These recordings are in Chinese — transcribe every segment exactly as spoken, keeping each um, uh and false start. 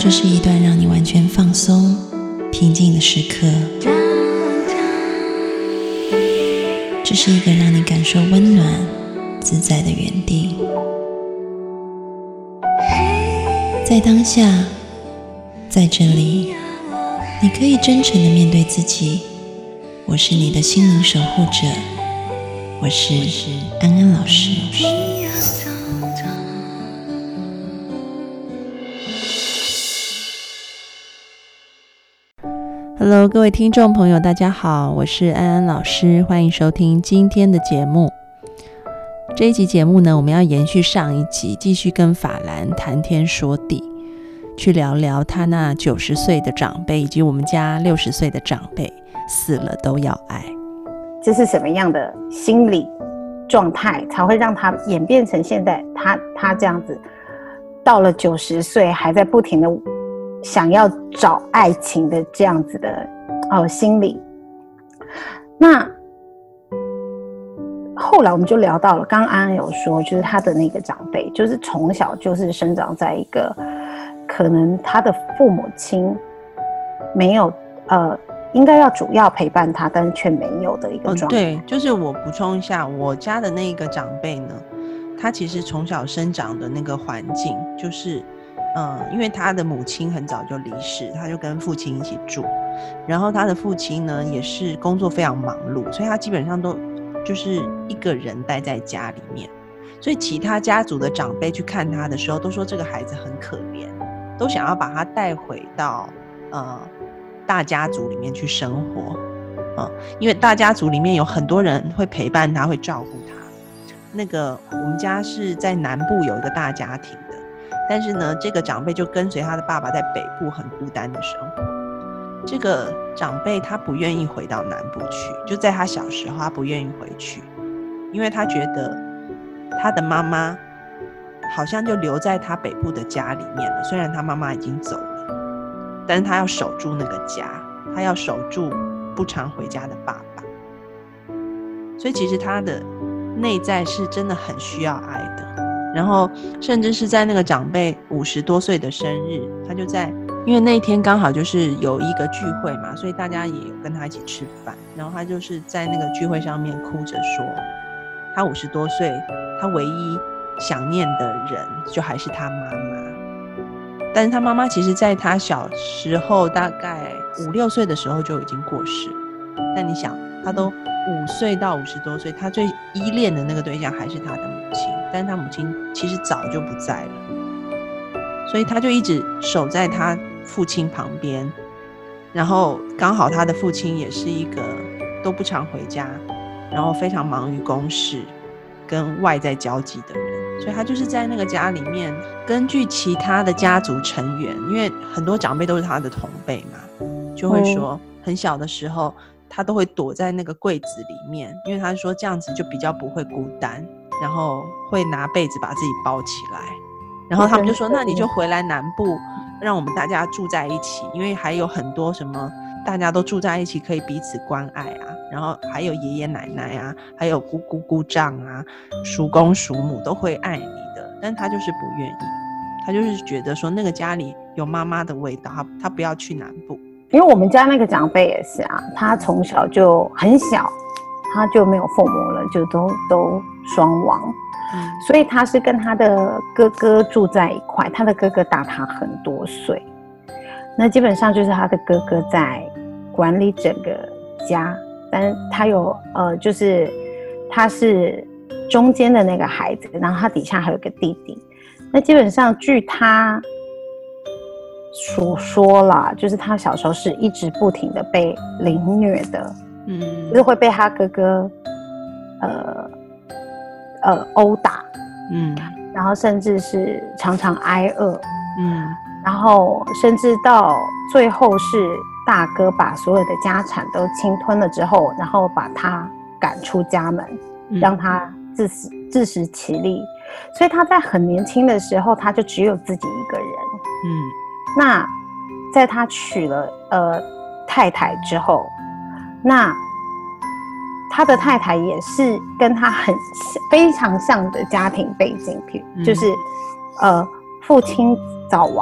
这是一段让你完全放松、平静的时刻。这是一个让你感受温暖、自在的园地。在当下，在这里，你可以真诚地面对自己。我是你的心灵守护者，我是安安老师。Hello， 各位听众朋友，大家好，我是安安老师，欢迎收听今天的节目。这一集节目呢，我们要延续上一集，继续跟法兰谈天说地，去聊聊他那九十岁的长辈，以及我们家六十岁的长辈，死了都要爱。 这是什么样的心理状态，才会让他演变成现在他他这样子，到了九十岁还在不停的想要找爱情的这样子的呃心理。那后来我们就聊到了，刚刚安安有说，就是他的那个长辈，就是从小就是生长在一个可能他的父母亲没有呃应该要主要陪伴他，但是却没有的一个状态。 哦，对，就是我补充一下，我家的那个长辈呢，他其实从小生长的那个环境就是。嗯，因为他的母亲很早就离世，他就跟父亲一起住，然后他的父亲呢也是工作非常忙碌，所以他基本上都就是一个人待在家里面，所以其他家族的长辈去看他的时候都说这个孩子很可怜，都想要把他带回到呃大家族里面去生活，嗯，因为大家族里面有很多人会陪伴他，会照顾他。那个我们家是在南部有一个大家庭，但是呢，这个长辈就跟随他的爸爸在北部很孤单的生活。这个长辈他不愿意回到南部去，就在他小时候他不愿意回去，因为他觉得他的妈妈好像就留在他北部的家里面了，虽然他妈妈已经走了，但是他要守住那个家，他要守住不常回家的爸爸。所以其实他的内在是真的很需要爱的。然后甚至是在那个长辈五十多岁的生日，他就在，因为那一天刚好就是有一个聚会嘛，所以大家也有跟他一起吃饭，然后他就是在那个聚会上面哭着说，他五十多岁，他唯一想念的人就还是他妈妈。但是他妈妈其实在他小时候大概五六岁的时候就已经过世了，但你想他都五岁到五十多岁，他最依恋的那个对象还是他的母亲，但是他母亲其实早就不在了，所以他就一直守在他父亲旁边，然后刚好他的父亲也是一个都不常回家，然后非常忙于公事跟外在交际的人，所以他就是在那个家里面，根据其他的家族成员，因为很多长辈都是他的同辈嘛，就会说很小的时候他都会躲在那个柜子里面，因为他说这样子就比较不会孤单，然后会拿被子把自己包起来，然后他们就说那你就回来南部让我们大家住在一起，因为还有很多什么大家都住在一起可以彼此关爱啊，然后还有爷爷奶奶啊，还有姑姑姑丈啊，叔公叔母都会爱你的，但他就是不愿意，他就是觉得说那个家里有妈妈的味道， 他, 他不要去南部。 因为我们家那个长辈也是啊，他从小就很小他就没有父母了，就都都双亡，嗯，所以他是跟他的哥哥住在一块，他的哥哥大他很多岁，那基本上就是他的哥哥在管理整个家，但是他有呃，就是他是中间的那个孩子，然后他底下还有个弟弟，那基本上据他所说啦，就是他小时候是一直不停的被凌虐的，嗯，就是会被他哥哥呃呃殴打，嗯，然后甚至是常常挨饿，嗯，然后甚至到最后是大哥把所有的家产都侵吞了之后，然后把他赶出家门，嗯，让他自食自食其力，所以他在很年轻的时候他就只有自己一个人，嗯。那在他娶了呃太太之后，那他的太太也是跟他很非常像的家庭背景，就是呃父亲早亡，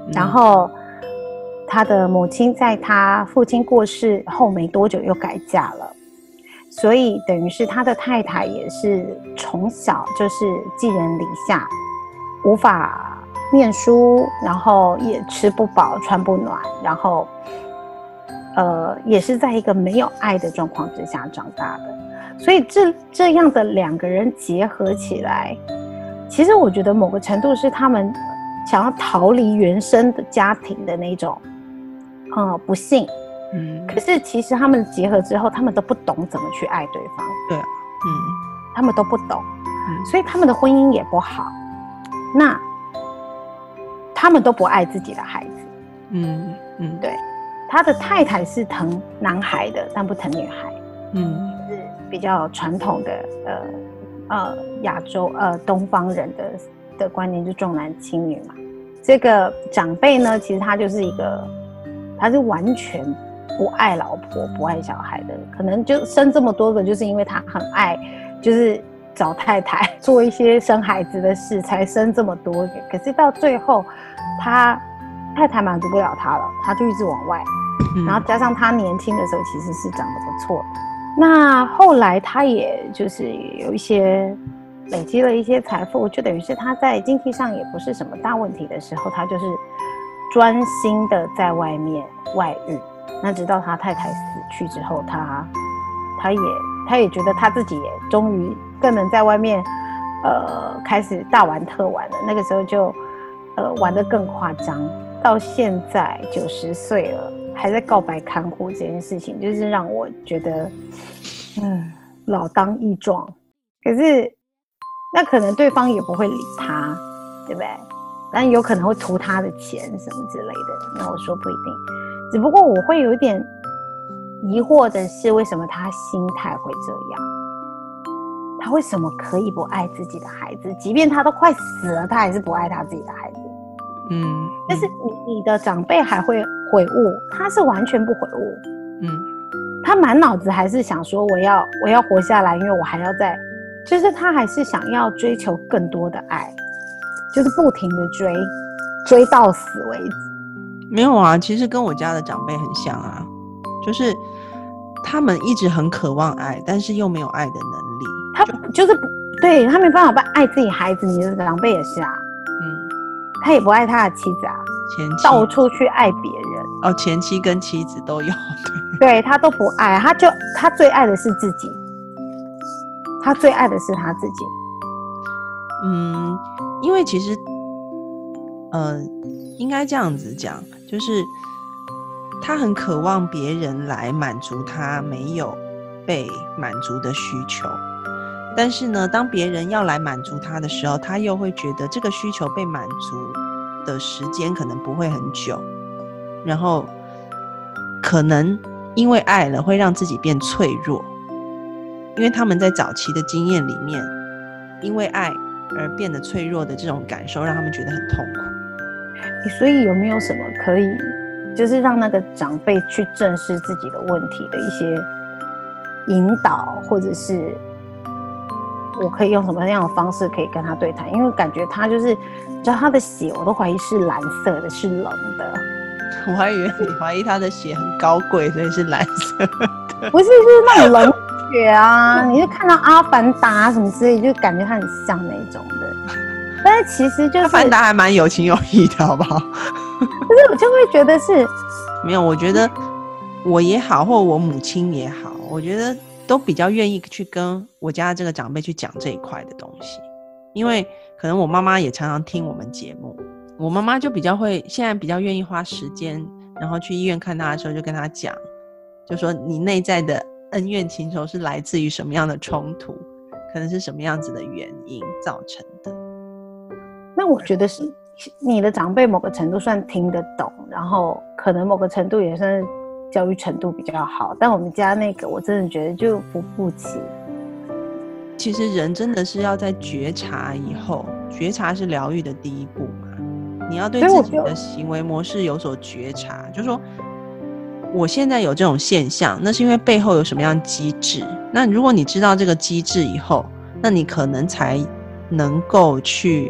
然后他的母亲在他父亲过世后没多久又改嫁了，所以等于是他的太太也是从小就是寄人篱下，无法念书，然后也吃不饱穿不暖，然后呃也是在一个没有爱的状况之下长大的。所以这这样的两个人结合起来，其实我觉得某个程度是他们想要逃离原生的家庭的那种呃不幸，嗯，可是其实他们结合之后，他们都不懂怎么去爱对方， 对啊，嗯， 他们都不懂，嗯，所以他们的婚姻也不好，那他们都不爱自己的孩子，嗯嗯，对，他的太太是疼男孩的，但不疼女孩，嗯，是比较传统的呃呃亚洲呃东方人的的观念，就重男轻女嘛。这个长辈呢，其实他就是一个，他是完全不爱老婆、不爱小孩的，可能就生这么多个，就是因为他很爱，就是找太太做一些生孩子的事，才生这么多个。可是到最后，他太太满足不了他了，他就一直往外，嗯，然后加上他年轻的时候其实是长得不错的。那后来他也就是有一些累积了一些财富，就等于是他在经济上也不是什么大问题的时候，他就是专心的在外面外遇。那直到他太太死去之后，他他也他也觉得他自己也终于更能在外面呃开始大玩特玩了。那个时候就呃玩得更夸张，到现在九十岁了还在告白看护这件事情，就是让我觉得嗯老当益壮。可是那可能对方也不会理他，对不对？但有可能会图他的钱什么之类的，那我说不一定。只不过我会有一点疑惑的是，为什么他心态会这样？他为什么可以不爱自己的孩子？即便他都快死了，他还是不爱他自己的孩子。嗯，但是你你的长辈还会悔悟，他是完全不悔悟。嗯，他满脑子还是想说我要我要活下来，因为我还要再，就是他还是想要追求更多的爱，就是不停的追，追到死为止。 没有啊，其实跟我家的长辈很像啊，就是他们一直很渴望爱，但是又没有爱的能力。 他就是不对，他没办法爱自己孩子，你的长辈也是啊。嗯，他也不爱他的妻子啊，前妻到处去爱别人。 哦，前妻跟妻子都有， 对，对他都不爱，他就他最爱的是自己，他最爱的是他自己。 嗯，因为其实，呃，应该这样子讲，就是他很渴望别人来满足他没有被满足的需求，但是呢，当别人要来满足他的时候，他又会觉得这个需求被满足的时间可能不会很久，然后可能因为爱了会让自己变脆弱，因为他们在早期的经验里面，因为爱而变得脆弱的这种感受让他们觉得很痛苦。 所以有没有什么可以就是让那个长辈去正视自己的问题的一些引导，或者是我可以用什么样的方式可以跟他对谈？因为感觉他就是你知道他的血我都怀疑是蓝色的，是冷的。 我还以为你怀疑他的血很高贵，所以是蓝色的。 不是，就是那种冷血啊，你就看到阿凡达什么之类，就感觉他很像那种的。但是其实就是阿凡达还蛮有情有义的，好不好？ 可是我就会觉得是没有，我觉得我也好，或我母亲也好，我觉得都比较愿意去跟我家的这个长辈去讲这一块的东西，因为可能我妈妈也常常听我们节目，我妈妈就比较会，现在比较愿意花时间，然后去医院看她的时候就跟她讲，就说你内在的恩怨情仇是来自于什么样的冲突，可能是什么样子的原因造成的。 那我觉得是你的长辈某个程度算听得懂，然后可能某个程度也算是教育程度比较好，但我们家那个我真的觉得就扶不起。 其实人真的是要在觉察以后，觉察是疗愈的第一步嘛，你要对自己的行为模式有所觉察，就是说我现在有这种现象，那是因为背后有什么样的机制，那如果你知道这个机制以后，那你可能才能够去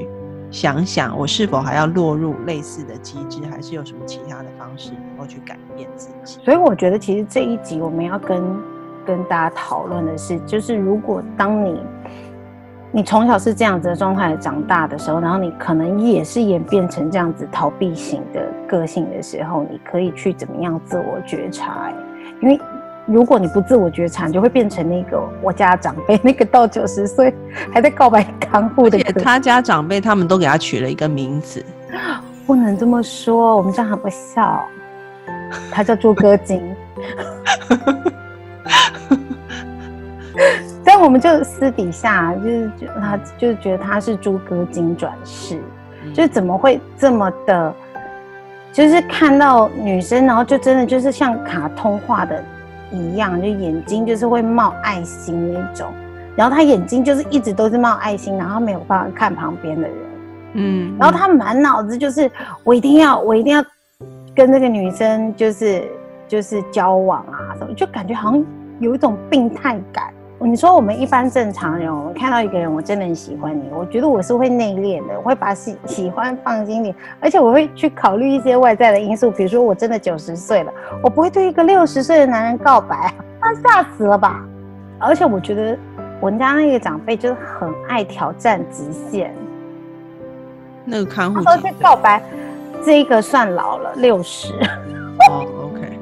想想我是否还要落入类似的机制，还是有什么其他的方式能够去改变自己。 所以我觉得其实这一集我们要跟跟大家讨论的是，就是如果当你你从小是这样子的状态长大的时候，然后你可能也是演变成这样子逃避型的个性的时候，你可以去怎么样自我觉察、欸、因为如果你不自我觉察，你就会变成那个我家长辈那个到九十岁还在告白看护的。 而且他家长辈他们都给他取了一个名字， 不能这么说，我们这样很不孝。他叫猪哥金，但我们就私底下就是觉得他就是觉得他是猪哥金转世，嗯、就是怎么会这么的，就是看到女生，然后就真的就是像卡通画的一样，就眼睛就是会冒爱心那种，然后他眼睛就是一直都是冒爱心，然后没有办法看旁边的人，嗯，然后他满脑子就是我一定要我一定要跟这个女生就是就是交往啊什么，就感觉好像有一种病态感。你说我们一般正常人，我们看到一个人，我真的很喜欢你，我觉得我是会内敛的，我会把喜喜欢放心里，而且我会去考虑一些外在的因素，比如说我真的九十岁了，我不会对一个六十岁的男人告白，他吓死了吧？而且我觉得我们家那个长辈就是很爱挑战极限， 那个看护他说去告白，这个算老了六十。 哦 ，OK。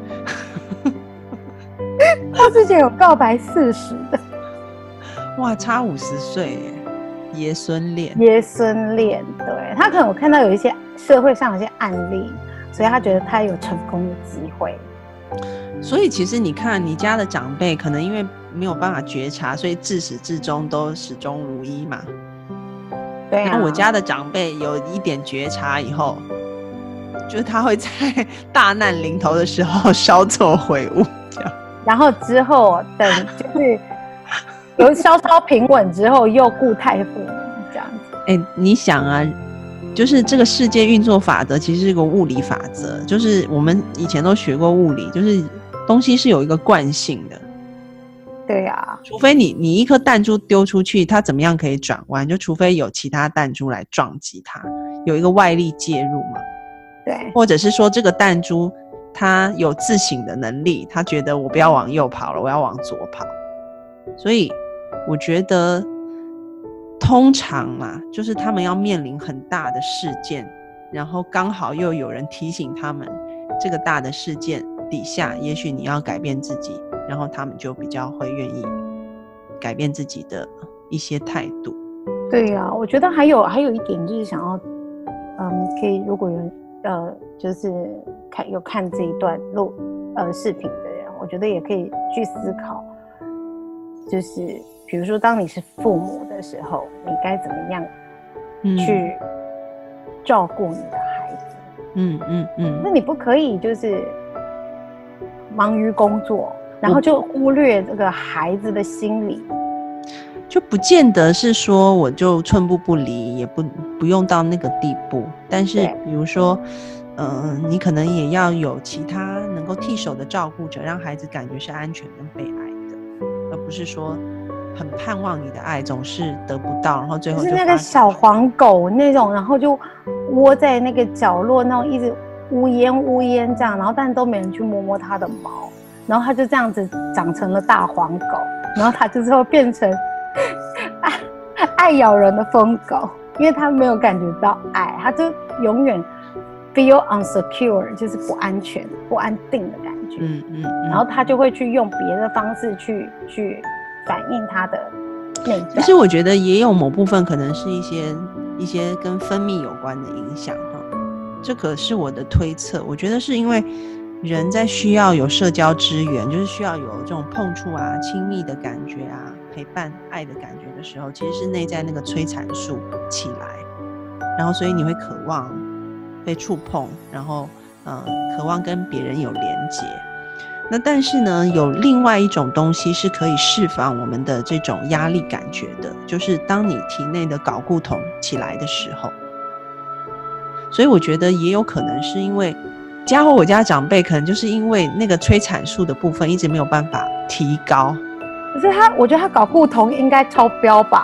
他之前有告白四十的， 哇，差五十岁耶，爷孙恋。 爷孙恋，对，他可能有看到有一些社会上有一些案例，所以他觉得他有成功的机会。 所以其实你看，你家的长辈可能因为没有办法觉察，所以自始至终都始终如一嘛。 对啊。 然后我家的长辈有一点觉察以后，就是他会在大难临头的时候稍作悔悟，这样。 然后之后等就是有稍稍平稳之后，又固态复萌这样子。 哎、欸，你想啊，就是这个世界运作法则其实是个物理法则，就是我们以前都学过物理，就是东西是有一个惯性的。 对啊， 除非你你一颗弹珠丢出去，它怎么样可以转弯？就除非有其他弹珠来撞击它，有一个外力介入嘛。 对， 或者是说这个弹珠他有自省的能力，他觉得我不要往右跑了，我要往左跑。所以我觉得通常嘛，就是他们要面临很大的事件，然后刚好又有人提醒他们这个大的事件底下也许你要改变自己，然后他们就比较会愿意改变自己的一些态度。 对啊，我觉得还有还有一点就是想要嗯，可以如果有人呃，就是看有看这一段录呃视频的人，我觉得也可以去思考，就是比如说当你是父母的时候，你该怎么样去照顾你的孩子。嗯嗯嗯，那你不可以就是忙于工作，然后就忽略这个孩子的心理。 就不见得是说我就寸步不离，也不不用到那个地步。但是比如说，嗯、呃，你可能也要有其他能够替手的照顾者，让孩子感觉是安全跟被爱的，而不是说很盼望你的爱总是得不到，然后最后就就是那个小黄狗那种，然后就窝在那个角落，那种一直呜咽呜咽这样，然后但都没人去摸摸它的毛，然后它就这样子长成了大黄狗，然后它就之后变成爱, 爱咬人的疯狗，因为他没有感觉到爱，他就永远 feel unsecure， 就是不安全、不安定的感觉。嗯嗯嗯，然后他就会去用别的方式去去反映他的内在。 其实我觉得也有某部分可能是一些一些跟分泌有关的影响哈，这可是我的推测。我觉得是因为人在需要有社交资源，就是需要有这种碰触啊、亲密的感觉啊、陪伴、爱的感觉的时候，其实是内在那个催产素起来，然后所以你会渴望被触碰，然后呃，渴望跟别人有连结。那但是呢，有另外一种东西是可以释放我们的这种压力感觉的，就是当你体内的睾固酮起来的时候。所以我觉得也有可能是因为家或我家长辈可能就是因为那个催产素的部分一直没有办法提高。 可是他，我觉得他睾固酮应该超标吧？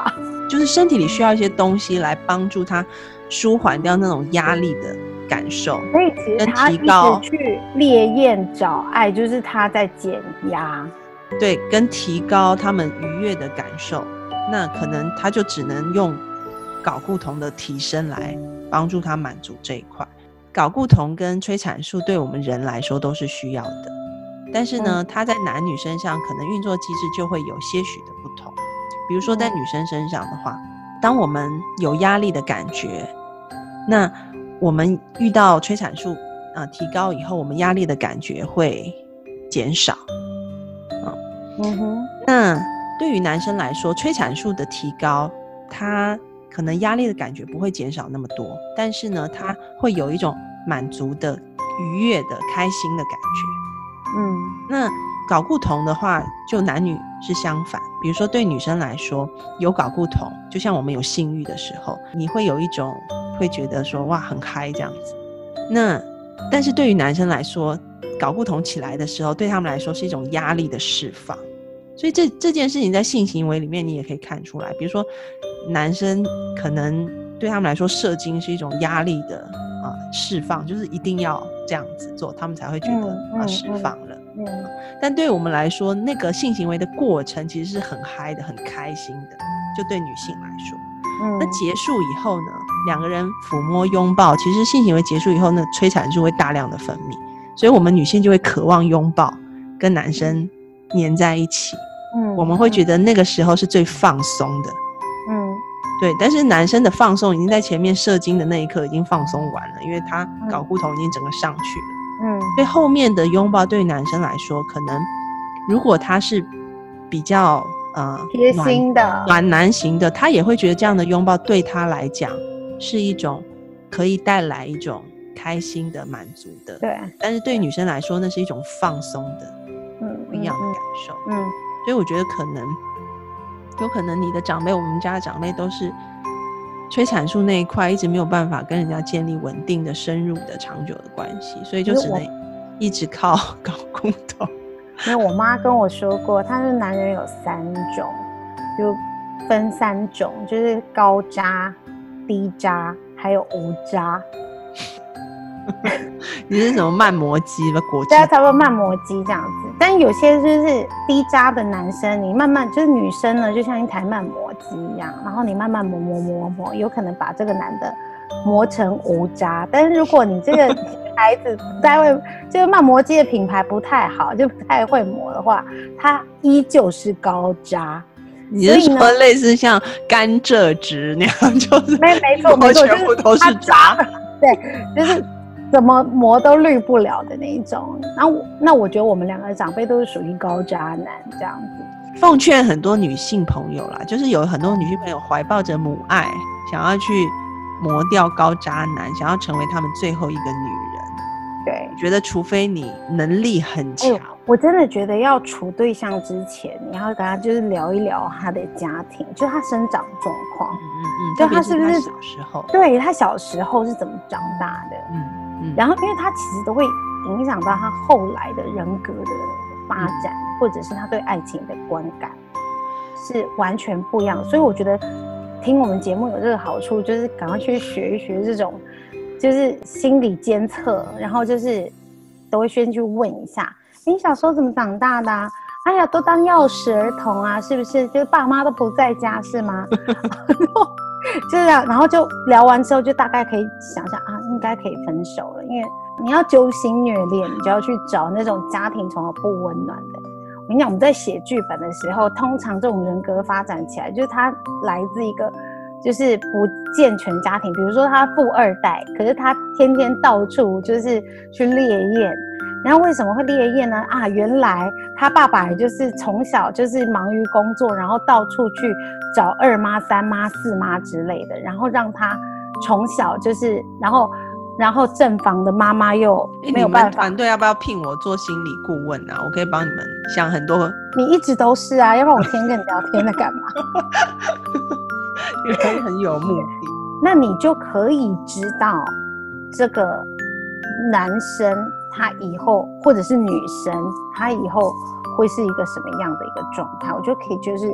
就是身体里需要一些东西来帮助他舒缓掉那种压力的感受。 所以其实他一直去烈焰找爱，就是他在减压。 对，跟提高他们愉悦的感受，那可能他就只能用睾固酮的提升来帮助他满足这一块。睾固酮跟催产素对我们人来说都是需要的，但是呢，它在男女身上可能运作机制就会有些许的不同。比如说在女生身上的话，当我们有压力的感觉，那我们遇到催产素、呃、提高以后，我们压力的感觉会减少。 嗯哼， 那对于男生来说，催产素的提高，他可能压力的感觉不会减少那么多，但是呢，他会有一种满足的、愉悦的、开心的感觉。 嗯， 那睾固酮的话，就男女是相反。比如说对女生来说，有睾固酮，就像我们有性欲的时候，你会有一种会觉得说哇很嗨这样子。那但是对于男生来说，睾固酮起来的时候，对他们来说是一种压力的释放。所以这这件事情在性行为里面你也可以看出来，比如说男生可能对他们来说射精是一种压力的、呃、释放，就是一定要这样子做他们才会觉得、嗯呃、释放了、嗯嗯、但对我们来说那个性行为的过程其实是很嗨的很开心的，就对女性来说、嗯、那结束以后呢，两个人抚摸拥抱，其实性行为结束以后那催产素会大量的分泌，所以我们女性就会渴望拥抱跟男生黏在一起、嗯、我们会觉得那个时候是最放松的。嗯，对，但是男生的放松已经在前面射精的那一刻已经放松完了，因为他睾固酮已经整个上去了。嗯，所以后面的拥抱对男生来说，可能如果他是比较呃贴心的暖男型的，他也会觉得这样的拥抱对他来讲是一种可以带来一种开心的满足的。 对， 但是对女生来说那是一种放松的不一样的感受。嗯，所以我觉得可能有可能你的长辈，我们家的长辈都是催产素那一块一直没有办法跟人家建立稳定的深入的长久的关系，所以就只能一直靠睾固酮。 因为我妈跟我说过，她说男人有三种，就分三种，就是高渣、低渣还有无渣。 你是什么慢磨机吧？果汁？ 对啊，差不多慢磨机这样子。但有些就是低渣的男生，你慢慢就是女生呢，就像一台慢磨机一样，然后你慢慢磨磨磨磨，有可能把这个男的磨成无渣。但是如果你这个孩子不太会，这个慢磨机的品牌不太好，就不太会磨的话，它依旧是高渣。 你是说类似像甘蔗汁那样，就是没没错没错， 全部都是渣。 对，就是怎么磨都滤不了的那一种。然后那我觉得我们两个长辈都是属于高渣男这样子。 奉劝很多女性朋友啦，就是有很多女性朋友怀抱着母爱，想要去磨掉高渣男，想要成为他们最后一个女人。 对， 觉得除非你能力很强、欸、 我真的觉得要处对象之前，你要跟他就是聊一聊他的家庭，就是他生长状况。嗯嗯嗯，就他是不是小时候， 对，他小时候是怎么长大的。嗯嗯，然后因为他其实都会影响到他后来的人格的发展、嗯、或者是他对爱情的观感是完全不一样的。所以我觉得听我们节目有这个好处，就是赶快去学一学这种就是心理监测，然后就是都会先去问一下，你小时候怎么长大的啊？哎呀，都当钥匙儿童啊，是不是？就是爸妈都不在家是吗？就这样，然后就聊完之后，就大概可以想象啊，应该可以分手了。因为你要揪心虐恋，你就要去找那种家庭从而不温暖的。我跟你讲，我们在写剧本的时候，通常这种人格发展起来，就是他来自一个就是不健全家庭，比如说他富二代，可是他天天到处就是去猎艳。然后为什么会猎艳呢？啊，原来他爸爸也就是从小就是忙于工作，然后到处去找二妈、三妈、四妈之类的，然后让他从小就是，然后然后正房的妈妈又没有办法。 你们团队要不要聘我做心理顾问啊？我可以帮你们想很多。 你一直都是啊，要不然我天天跟你聊天的干嘛？ 因为很有目的。 那你就可以知道这个男生他以后，或者是女生她以后会是一个什么样的一个状态。我就可以就是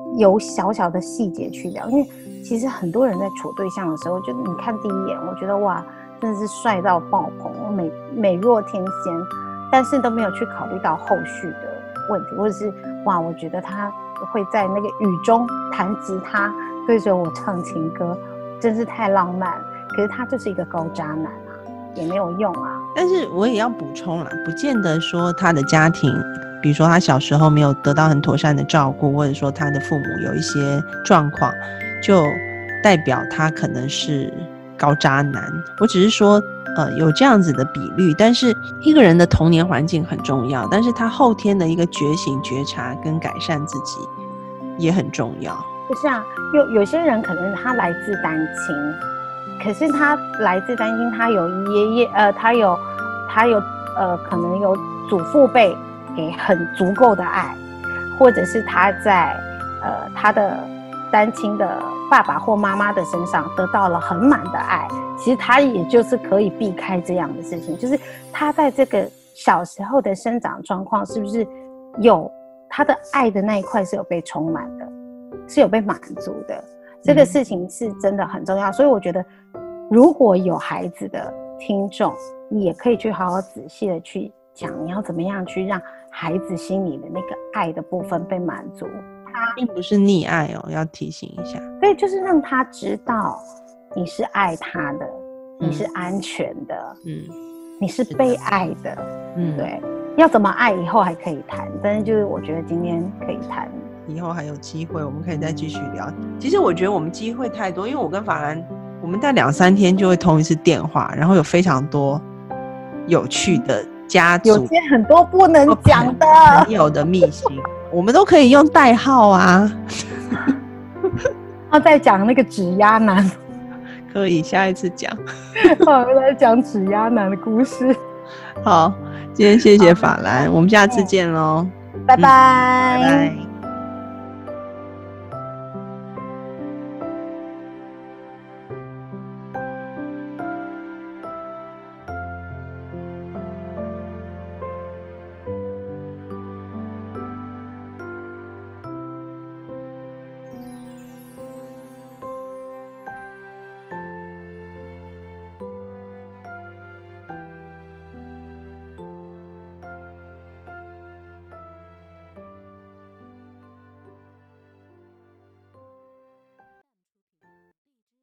由小小的细节去聊，因为其实很多人在处对象的时候，就你看第一眼，我觉得哇，真的是帅到爆棚，美美若天仙，但是都没有去考虑到后续的问题，或者是哇，我觉得他会在那个雨中弹吉他，对着我唱情歌，真是太浪漫。可是他就是一个高渣男啊，也没有用啊。 但是我也要补充啦，不见得说他的家庭，比如说他小时候没有得到很妥善的照顾，或者说他的父母有一些状况，就代表他可能是高渣男。我只是说呃，有这样子的比率，但是一个人的童年环境很重要，但是他后天的一个觉醒觉察跟改善自己也很重要。 不是啊，有有些人可能他来自单亲，可是他来自单亲，他有爷爷呃，他有他有呃，可能有祖父辈给很足够的爱，或者是他在呃他的单亲的爸爸或妈妈的身上得到了很满的爱，其实他也就是可以避开这样的事情，就是他在这个小时候的生长状况是不是有他的爱的那一块是有被充满的，是有被满足的，这个事情是真的很重要。所以我觉得如果有孩子的听众也可以去好好仔细的去讲，你要怎么样去让孩子心里的那个爱的部分被满足， 他并不是溺爱哦，要提醒一下。 对，就是让他知道你是爱他的，你是安全的，嗯，你是被爱的，嗯，对。要怎么爱以后还可以谈，但是就是我觉得今天可以谈， 以后还有机会我们可以再继续聊。其实我觉得我们机会太多，因为我跟法兰我们在两三天就会通一次电话，然后有非常多有趣的家族， 有些很多不能讲的朋友的秘辛，我们都可以用代号啊。 要再讲那个指压男， 可以下一次讲。 好，来讲指压男的故事。 好，今天谢谢法兰，我们下次见咯。 拜拜。 嗯，拜拜。